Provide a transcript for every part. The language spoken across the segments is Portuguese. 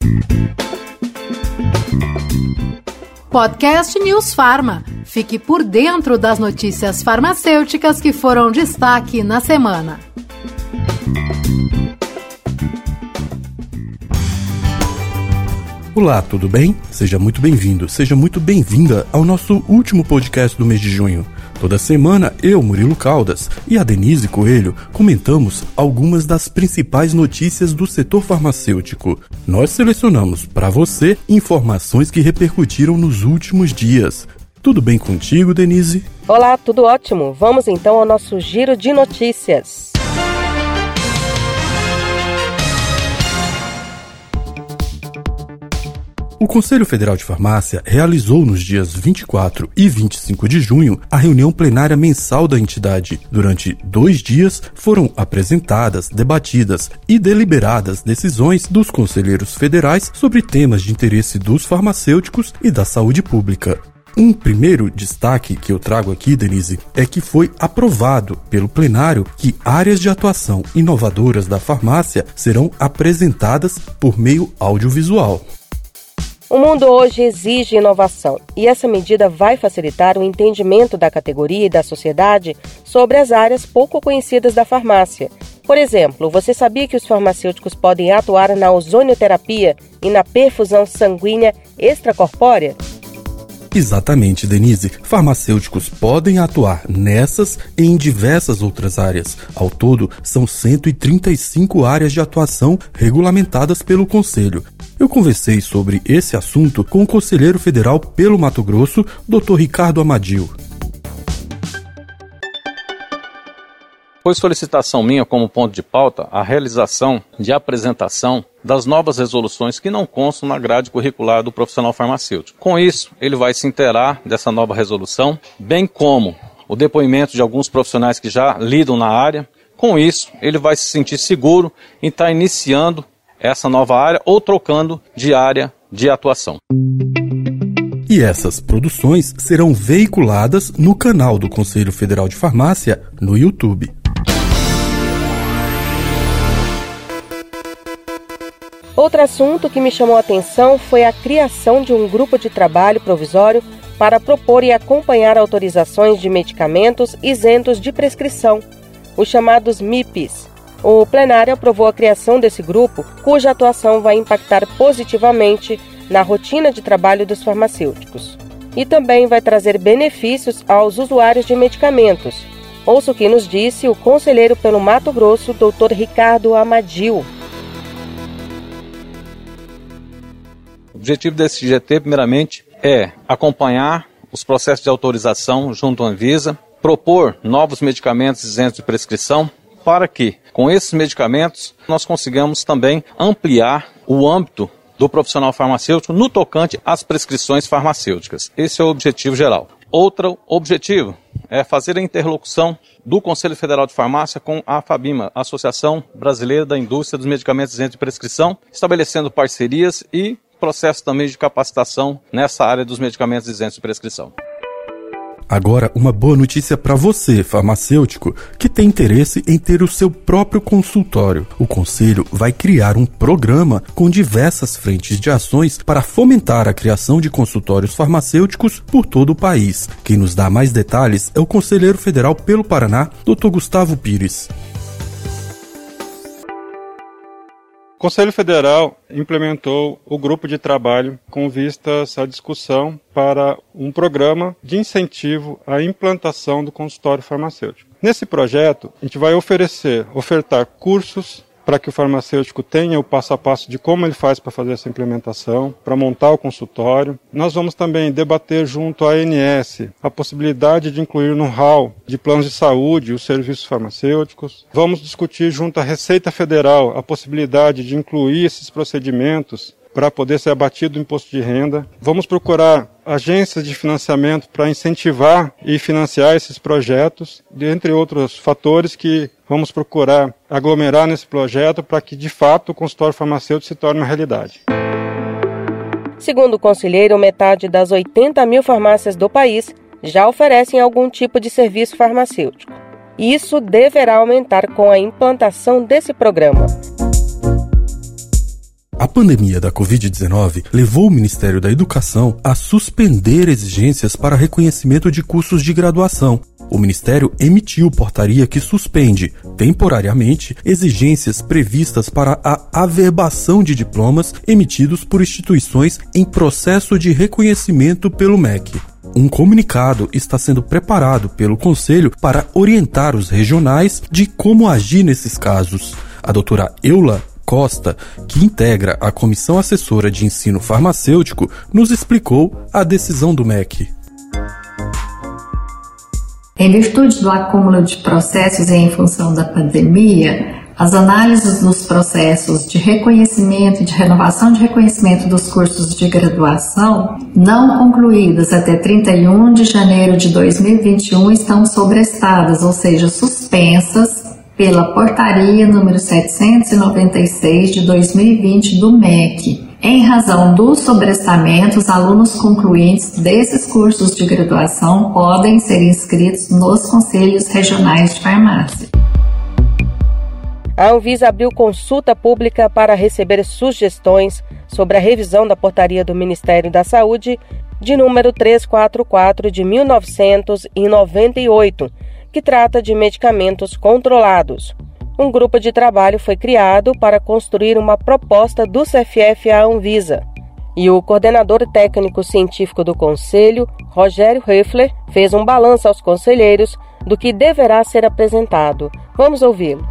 Podcast News Farma. Fique por dentro das notícias farmacêuticas que foram destaque na semana. Olá, tudo bem? Seja muito bem-vindo, seja muito bem-vinda ao nosso último podcast do mês de junho. Toda semana, eu, Murilo Caldas, e a Denise Coelho comentamos algumas das principais notícias do setor farmacêutico. Nós selecionamos para você informações que repercutiram nos últimos dias. Tudo bem contigo, Denise? Olá, tudo ótimo. Vamos então ao nosso giro de notícias. O Conselho Federal de Farmácia realizou nos dias 24 e 25 de junho a reunião plenária mensal da entidade. Durante 2 dias foram apresentadas, debatidas e deliberadas decisões dos conselheiros federais sobre temas de interesse dos farmacêuticos e da saúde pública. Um primeiro destaque que eu trago aqui, Denise, é que foi aprovado pelo plenário que áreas de atuação inovadoras da farmácia serão apresentadas por meio audiovisual. O mundo hoje exige inovação e essa medida vai facilitar o entendimento da categoria e da sociedade sobre as áreas pouco conhecidas da farmácia. Por exemplo, você sabia que os farmacêuticos podem atuar na ozonioterapia e na perfusão sanguínea extracorpórea? Exatamente, Denise. Farmacêuticos podem atuar nessas e em diversas outras áreas. Ao todo, são 135 áreas de atuação regulamentadas pelo Conselho. Eu conversei sobre esse assunto com o conselheiro federal pelo Mato Grosso, Dr. Ricardo Amadil. Foi solicitação minha como ponto de pauta a realização de apresentação das novas resoluções que não constam na grade curricular do profissional farmacêutico. Com isso, ele vai se inteirar dessa nova resolução, bem como o depoimento de alguns profissionais que já lidam na área. Com isso, ele vai se sentir seguro em estar iniciando essa nova área ou trocando de área de atuação. E essas produções serão veiculadas no canal do Conselho Federal de Farmácia no YouTube. Outro assunto que me chamou a atenção foi a criação de um grupo de trabalho provisório para propor e acompanhar autorizações de medicamentos isentos de prescrição, os chamados MIPs. O plenário aprovou a criação desse grupo, cuja atuação vai impactar positivamente na rotina de trabalho dos farmacêuticos. E também vai trazer benefícios aos usuários de medicamentos. Ouça o que nos disse o conselheiro pelo Mato Grosso, Dr. Ricardo Amadil. O objetivo desse GT, primeiramente, é acompanhar os processos de autorização junto à Anvisa, propor novos medicamentos isentos de prescrição, para que, com esses medicamentos, nós consigamos também ampliar o âmbito do profissional farmacêutico no tocante às prescrições farmacêuticas. Esse é o objetivo geral. Outro objetivo é fazer a interlocução do Conselho Federal de Farmácia com a FABIMA, Associação Brasileira da Indústria dos Medicamentos Isentos de Prescrição, estabelecendo parcerias e processo também de capacitação nessa área dos medicamentos isentos de prescrição. Agora, uma boa notícia para você, farmacêutico, que tem interesse em ter o seu próprio consultório. O Conselho vai criar um programa com diversas frentes de ações para fomentar a criação de consultórios farmacêuticos por todo o país. Quem nos dá mais detalhes é o conselheiro federal pelo Paraná, Dr. Gustavo Pires. O Conselho Federal implementou o grupo de trabalho com vistas à discussão para um programa de incentivo à implantação do consultório farmacêutico. Nesse projeto, a gente vai ofertar cursos para que o farmacêutico tenha o passo a passo de como ele faz para fazer essa implementação, para montar o consultório. Nós vamos também debater junto à ANS a possibilidade de incluir no hall de planos de saúde os serviços farmacêuticos. Vamos discutir junto à Receita Federal a possibilidade de incluir esses procedimentos para poder ser abatido o imposto de renda. Vamos procurar agências de financiamento para incentivar e financiar esses projetos, dentre outros fatores que vamos procurar aglomerar nesse projeto para que, de fato, o consultório farmacêutico se torne uma realidade. Segundo o conselheiro, metade das 80 mil farmácias do país já oferecem algum tipo de serviço farmacêutico. Isso deverá aumentar com a implantação desse programa. A pandemia da Covid-19 levou o Ministério da Educação a suspender exigências para reconhecimento de cursos de graduação. O Ministério emitiu portaria que suspende, temporariamente, exigências previstas para a averbação de diplomas emitidos por instituições em processo de reconhecimento pelo MEC. Um comunicado está sendo preparado pelo Conselho para orientar os regionais de como agir nesses casos. A doutora Eula Costa, que integra a Comissão Assessora de Ensino Farmacêutico, nos explicou a decisão do MEC. Em virtude do acúmulo de processos em função da pandemia, as análises dos processos de reconhecimento e de renovação de reconhecimento dos cursos de graduação não concluídas até 31 de janeiro de 2021 estão sobrestadas, ou seja, suspensas pela Portaria número 796 de 2020 do MEC. Em razão dos sobrestamentos, alunos concluintes desses cursos de graduação podem ser inscritos nos Conselhos Regionais de Farmácia. A Anvisa abriu consulta pública para receber sugestões sobre a revisão da Portaria do Ministério da Saúde de número 344 de 1998, que trata de medicamentos controlados. Um grupo de trabalho foi criado para construir uma proposta do CFF à Anvisa. E o coordenador técnico científico do Conselho, Rogério Höfler, fez um balanço aos conselheiros do que deverá ser apresentado. Vamos ouvi-lo.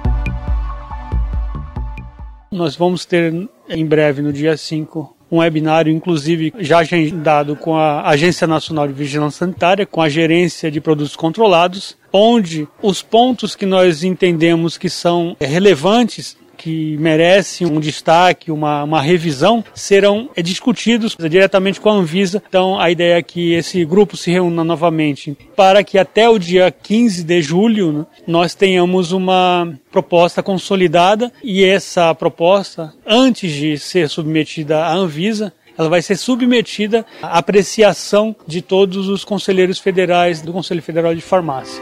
Nós vamos ter em breve, no dia 5, um webinário, inclusive já agendado com a Agência Nacional de Vigilância Sanitária, com a Gerência de Produtos Controlados, onde os pontos que nós entendemos que são relevantes, que merecem um destaque, uma revisão, serão discutidos diretamente com a Anvisa. Então, a ideia é que esse grupo se reúna novamente para que até o dia 15 de julho nós tenhamos uma proposta consolidada, e essa proposta, antes de ser submetida à Anvisa, ela vai ser submetida à apreciação de todos os conselheiros federais do Conselho Federal de Farmácia.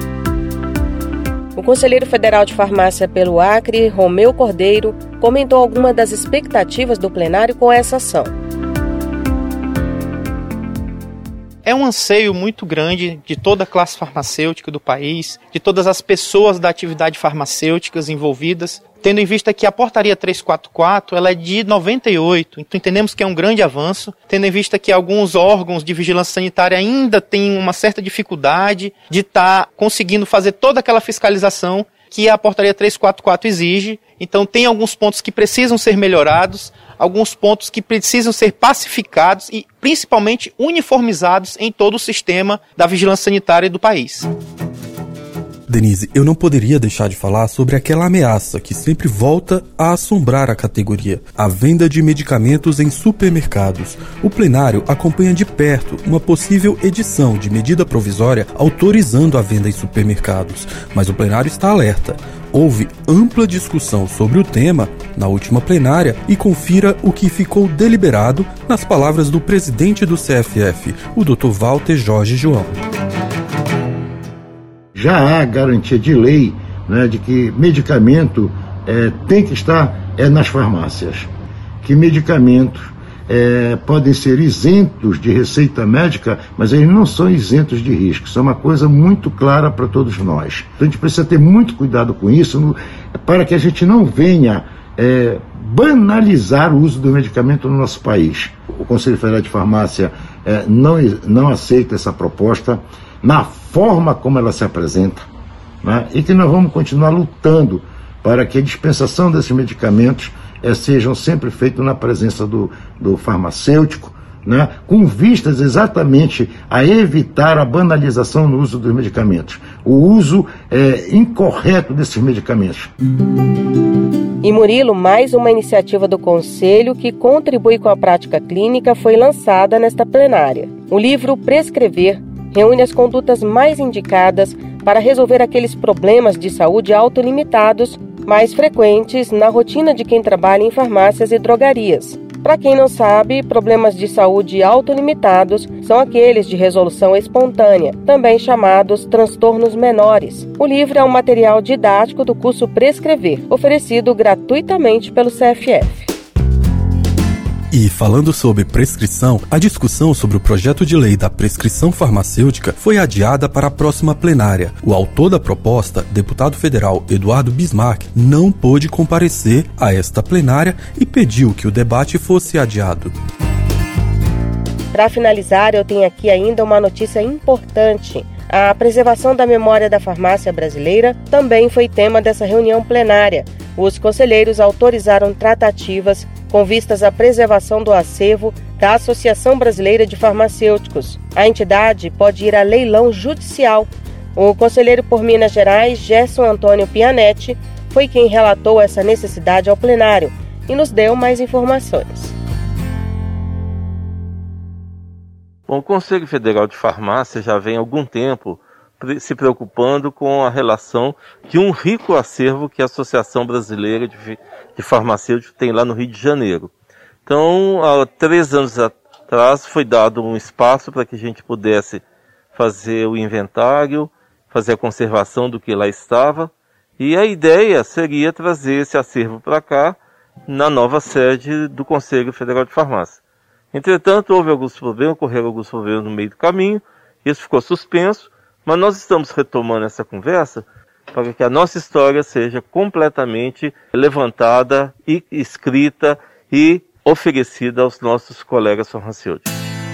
O conselheiro federal de farmácia pelo Acre, Romeu Cordeiro, comentou algumas das expectativas do plenário com essa ação. É um anseio muito grande de toda a classe farmacêutica do país, de todas as pessoas da atividade farmacêuticas envolvidas, tendo em vista que a portaria 344 ela é de 98, então entendemos que é um grande avanço, tendo em vista que alguns órgãos de vigilância sanitária ainda têm uma certa dificuldade de estar conseguindo fazer toda aquela fiscalização que a portaria 344 exige. Então tem alguns pontos que precisam ser melhorados, alguns pontos que precisam ser pacificados e principalmente uniformizados em todo o sistema da vigilância sanitária do país. Denise, eu não poderia deixar de falar sobre aquela ameaça que sempre volta a assombrar a categoria, a venda de medicamentos em supermercados. O plenário acompanha de perto uma possível edição de medida provisória autorizando a venda em supermercados, mas o plenário está alerta. Houve ampla discussão sobre o tema na última plenária e confira o que ficou deliberado nas palavras do presidente do CFF, o Dr. Walter Jorge João. Já há garantia de lei, né, de que medicamento tem que estar nas farmácias, que medicamentos podem ser isentos de receita médica, mas eles não são isentos de risco. Isso é uma coisa muito clara para todos nós. Então a gente precisa ter muito cuidado com isso, para que a gente não venha banalizar o uso do medicamento no nosso país. O Conselho Federal de Farmácia não aceita essa proposta na forma como ela se apresenta, né? E que nós vamos continuar lutando para que a dispensação desses medicamentos sejam sempre feitos na presença do farmacêutico, né? Com vistas exatamente a evitar a banalização no uso dos medicamentos, o uso incorreto desses medicamentos. Em Murilo, mais uma iniciativa do Conselho que contribui com a prática clínica foi lançada nesta plenária. O livro Prescrever reúne as condutas mais indicadas para resolver aqueles problemas de saúde autolimitados mais frequentes na rotina de quem trabalha em farmácias e drogarias. Para quem não sabe, problemas de saúde autolimitados são aqueles de resolução espontânea, também chamados transtornos menores. O livro é um material didático do curso Prescrever, oferecido gratuitamente pelo CFF. E falando sobre prescrição, a discussão sobre o projeto de lei da prescrição farmacêutica foi adiada para a próxima plenária. O autor da proposta, deputado federal Eduardo Bismarck, não pôde comparecer a esta plenária e pediu que o debate fosse adiado. Para finalizar, eu tenho aqui ainda uma notícia importante. A preservação da memória da farmácia brasileira também foi tema dessa reunião plenária. Os conselheiros autorizaram tratativas com vistas à preservação do acervo da Associação Brasileira de Farmacêuticos. A entidade pode ir a leilão judicial. O conselheiro por Minas Gerais, Gerson Antônio Pianetti, foi quem relatou essa necessidade ao plenário e nos deu mais informações. Bom, o Conselho Federal de Farmácia já vem há algum tempo se preocupando com a relação de um rico acervo que a Associação Brasileira de Farmacêuticos tem lá no Rio de Janeiro. Então, há 3 anos atrás, foi dado um espaço para que a gente pudesse fazer o inventário, fazer a conservação do que lá estava, e a ideia seria trazer esse acervo para cá, na nova sede do Conselho Federal de Farmácia. Entretanto, ocorreram alguns problemas no meio do caminho, isso ficou suspenso, mas nós estamos retomando essa conversa para que a nossa história seja completamente levantada e escrita e oferecida aos nossos colegas farmacêuticos.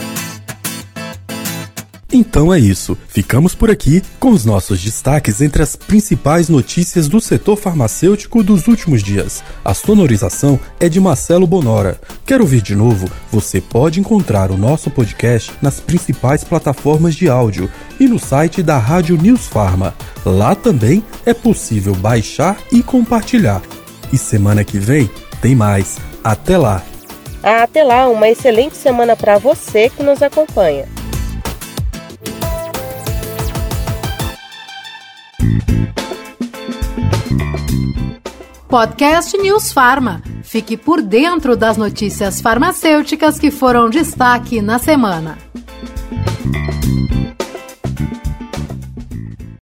Então é isso, ficamos por aqui com os nossos destaques entre as principais notícias do setor farmacêutico dos últimos dias. A sonorização é de Marcelo Bonora. Quer ouvir de novo? Você pode encontrar o nosso podcast nas principais plataformas de áudio e no site da Rádio News Pharma. Lá também é possível baixar e compartilhar. E semana que vem tem mais. Até lá! Até lá, uma excelente semana para você que nos acompanha. Podcast News Pharma. Fique por dentro das notícias farmacêuticas que foram destaque na semana.